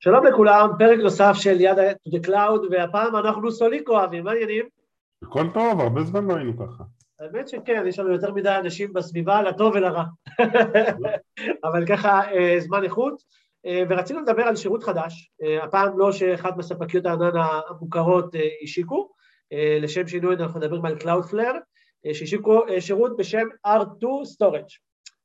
שלום לכולם, פרק נוסף של יד to the cloud, והפעם אנחנו סוליקו, אבי, מה העניינים? הכל טוב, הרבה זמן לא היינו ככה. האמת שכן, יש לנו יותר מדי אנשים בסביבה, לטוב ולרע. אבל ככה, זמן איכות, ורצינו לדבר על שירות חדש, הפעם לא שאחד מספקיות הענן המוכרות השיקו, לשם שינוי אנחנו מדברים על Cloudflare, שהשיקו שירות בשם R2 Storage,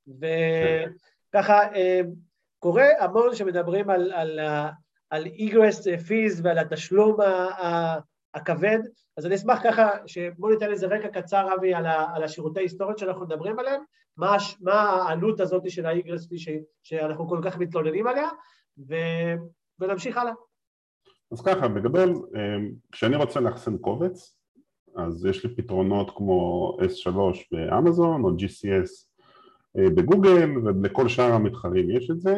וככה, קורה המון שמדברים על egress fees ועל התשלום הכבד, אז אני אשמח ככה שבוא ניתן איזה רקע קצר, אבי, על השירותי היסטוריות שאנחנו מדברים עליהם, מה העלות הזאת של ה-egress fee שאנחנו כל כך מתלוננים עליה, ונמשיך הלאה. אז ככה, בגדול, כשאני רוצה לאחסן קובץ, אז יש לי פתרונות כמו S3 באמזון או GCS בגוגל, ולכל שאר המתחרים יש את זה,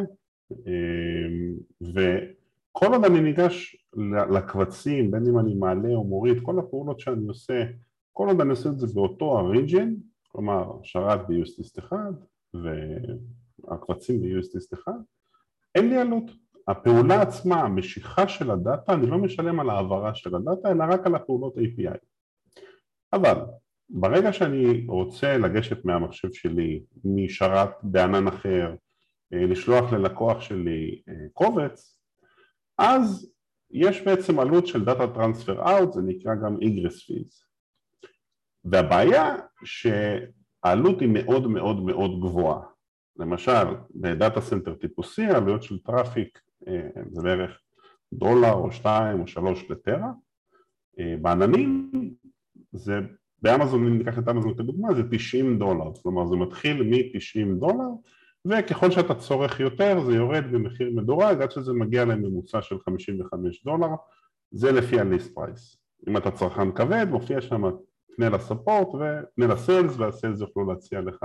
וכל עוד אני ניגש לקבצים, בין אם אני מעלה או מוריד, כל הפעולות שאני עושה, כל עוד אני עושה את זה באותו הריג'ן, כלומר שרת ב-USDist 1 והקבצים ב-USDist 1, אין לי עלות. הפעולה עצמה, המשיכה של הדאטה, אני לא משלם על העברה של הדאטה, אלא רק על הפעולות API. אבל ברגע שאני רוצה לגשת מהמחשב שלי, משרת בענן אחר, לשלוח ללקוח שלי קובץ, אז יש בעצם עלות של Data Transfer Out, זה נקרא גם Egress Fees. והבעיה שהעלות היא מאוד מאוד מאוד גבוהה. למשל, בדאטה סנטר טיפוסי, העלויות של טראפיק זה בערך $1 או 2 או 3 לטרה. בעננים זה, באמזון, אם ניקח את אמזון כדוגמה, זה $90, כלומר זה מתחיל מ-$90, וככל שאתה צורך יותר זה יורד במחיר מדורג עד שזה מגיע לממוצע של $55, זה לפי ה-list price. אם אתה צרכן כבד, מופיע שם פנה לספורט ופנה לסיילס, והסיילס יוכלו להציע לך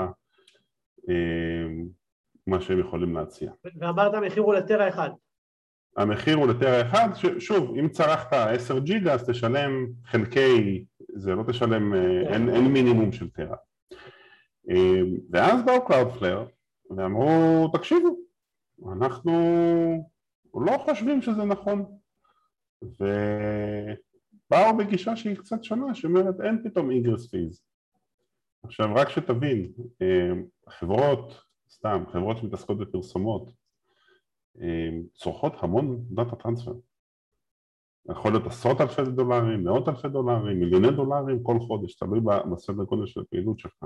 מה שהם יכולים להציע. ואמרת המחיר הוא לטרה אחד. המחיר הוא לטרה אחד, שוב, אם צרכת 10 ג'יגה אז תשלם חלקי, זה לא תשלם, אין מינימום של טרה. ואז באו Cloudflare ואמרו, תקשיבו, אנחנו לא חושבים שזה נכון, ובאו בגישה שהיא קצת שונה, שאומרת אין פתאום egress fees. עכשיו רק שתבין, חברות, סתם, חברות שמתעסקות בפרסומות, צורכות המון דאטה טרנספר. יכול להיות עשרות אלפי דולרים, מאות אלפי דולרים, מיליוני דולרים כל חודש, תלוי בסדר גודל של הפעילות שלך.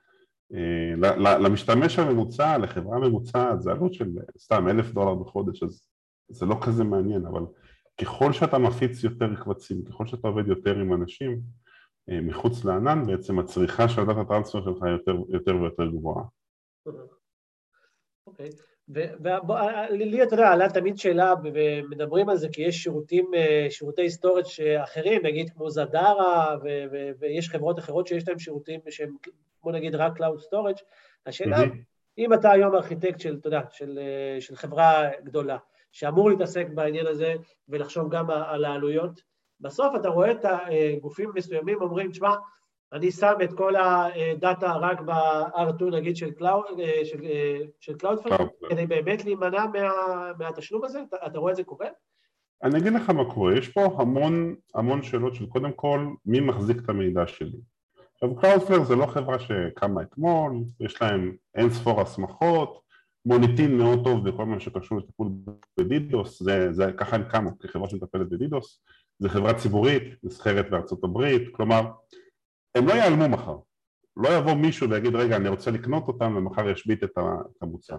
למשתמש הממוצע, לחברה ממוצעת, זה עלות של סתם $1,000 בחודש, אז זה לא כזה מעניין, אבל ככל שאתה מפיץ יותר קבצים, ככל שאתה עובד יותר עם אנשים מחוץ לענן, בעצם הצריכה של דאטה טרנספר שלך יותר ויותר גבוהה. אוקיי, ולי אתה יודע, עלה תמיד שאלה, ומדברים על זה כי יש שירותי היסטוריה אחרים, נגיד כמו זדרה, ויש חברות אחרות שיש להם שירותים שהם, כמו נגיד רק Cloud Storage, השאלה, אם אתה היום ארכיטקט של, אתה יודע, של חברה גדולה, שאמור להתעסק בעניין הזה, ולחשוב גם על העלויות, בסוף אתה רואה את הגופים מסוימים, אומרים, תשמע, אני שם את כל הדאטה רק ב-R2 נגיד של Cloudflare, כדי באמת להימנע מהתשלום הזה? אתה רואה את זה קורה? אני אגיד לך מה קורה, יש פה המון שאלות של קודם כל, מי מחזיק את המידע שלי. עכשיו, Cloudflare זה לא חברה שקמה אתמול, יש להם אין ספור הסמכות, מוניטין מאוד טוב בכל מה שקשור לטיפול בדידוס, זה ככה הם קמו כחברה שמטפלת בדידוס, זה חברה ציבורית, נסחרת בארצות הברית, כלומר, הם לא ייעלמו מחר, לא יבוא מישהו ויגיד רגע אני רוצה לקנות אותם ומחר ישבית את המוצר.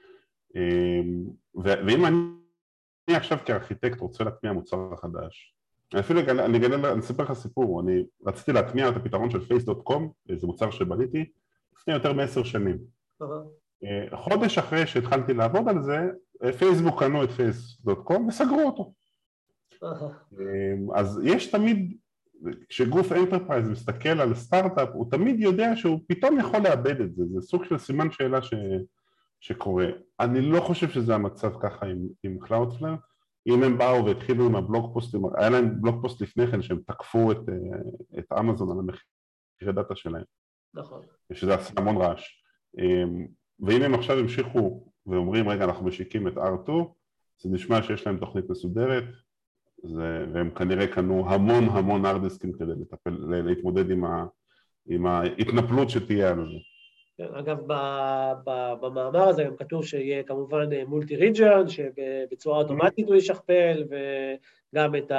ואם אני עכשיו כארכיטקט רוצה להטמיע מוצר חדש, אני אספר לך סיפור, אני רציתי להטמיע את הפתרון של face.com, זה מוצר שבניתי לפני יותר מ10 שנים. חודש אחרי שהתחלתי לעבוד על זה, פייסבוק קנו את face.com וסגרו אותו. אז יש תמיד, כשגוף אנטרפרייז מסתכל על סטארט-אפ, הוא תמיד יודע שהוא פתאום יכול לאבד את זה, זה סוג של סימן שאלה שקורה. אני לא חושב שזה המצב ככה עם Cloudflare, אם הם באו והתחילו עם הבלוג פוסטים, היה להם בלוג פוסט לפני כן שהם תקפו את אמזון על המחירי דאטה שלהם. נכון. שזה עשה המון רעש. ואם הם עכשיו המשיכו ואומרים, רגע, אנחנו משיקים את R2, זה נשמע שיש להם תוכנית מסודרת, והם כנראה קנו המון hard דיסקים כדי להתמודד עם ההתנפלות שתהיה על זה. אגב, במאמר הזה גם כתוב שיהיה כמובן מולטי ריג'ן, שבצורה אוטומטית הוא ישכפל, וגם את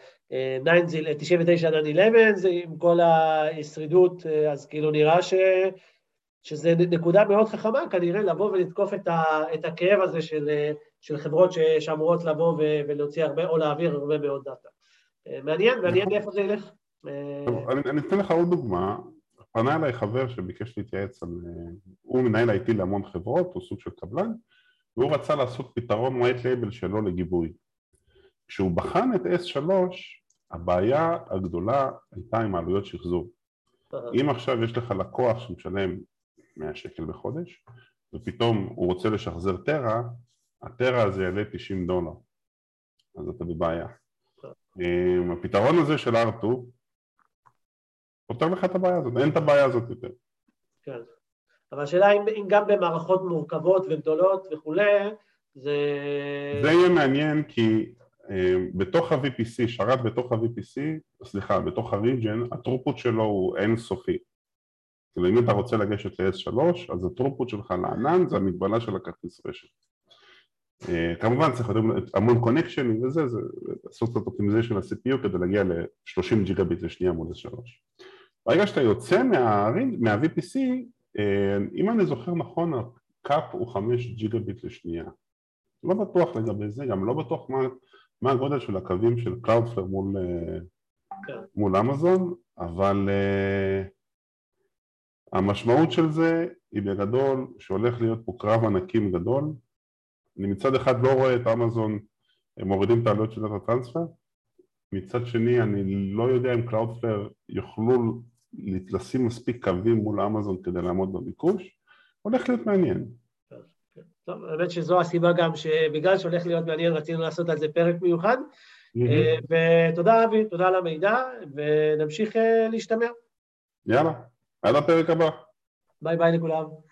ה-99-911, עם כל השרידות, אז כאילו נראה שזה נקודה מאוד חכמה, כנראה לבוא ולתקוף את הכאב הזה של חברות שאמורות לבוא ולהוציא הרבה, או להעביר הרבה מאוד דאטה. מעניין איפה זה ילך. אני אתן לך עוד דוגמה. פנה אליי חבר שביקש להתייעץ על... הוא מנהל IT להמון חברות, הוא סוג של קבלן, והוא רצה לעשות פתרון white label שלו לגיבוי. כשהוא בחן את S3, הבעיה הגדולה הייתה עם העלויות שחזור. אם עכשיו יש לך לקוח שמשלם 100 שקל בחודש, ופתאום הוא רוצה לשחזר טרה, הטרה הזה יעלה $90. אז אתה בבעיה. הפתרון הזה של R2, פותר לך את הבעיה הזאת, אין את הבעיה הזאת יותר. כן, אבל השאלה אם גם במערכות מורכבות וגדולות וכולי, זה יהיה מעניין כי בתוך ה-VPC, שרת בתוך ה-VPC, סליחה, בתוך ה-region, הטרופוט שלו הוא אינסופי. כאילו אם אתה רוצה לגשת ל-S3, אז הטרופוט שלך לענן זה המגבלה של הכרטיס רשת. כמובן צריך להיות המון קונקשנים וזה, זה לעשות את אופטימיזיישן ל-CPU כדי להגיע ל-30 ג'יגביט לשנייה מול S3. ברגע שאתה יוצא מה-VPC, אם אני זוכר נכון, הקאפ הוא 5 ג'יגביט לשנייה. לא בטוח לגבי זה, גם לא בטוח מה הגודל של הקווים של Cloudflare מול אמזון, אבל המשמעות של זה היא בגדול שהולך להיות פה קרב ענקים גדול. אני מצד אחד לא רואה את אמזון מורידים את העלויות של דאטה טרנספר, מצד שני אני לא יודע אם Cloudflare יוכלו לשים מספיק קווים מול אמזון כדי לעמוד בביקוש, הולך להיות מעניין. טוב, האמת שזו הסיבה גם שבגלל שהולך להיות מעניין רצינו לעשות על זה פרק מיוחד, ותודה אבי, תודה על המידע, ונמשיך להשתמע. יאללה, עד הפרק הבא. ביי ביי לכולם.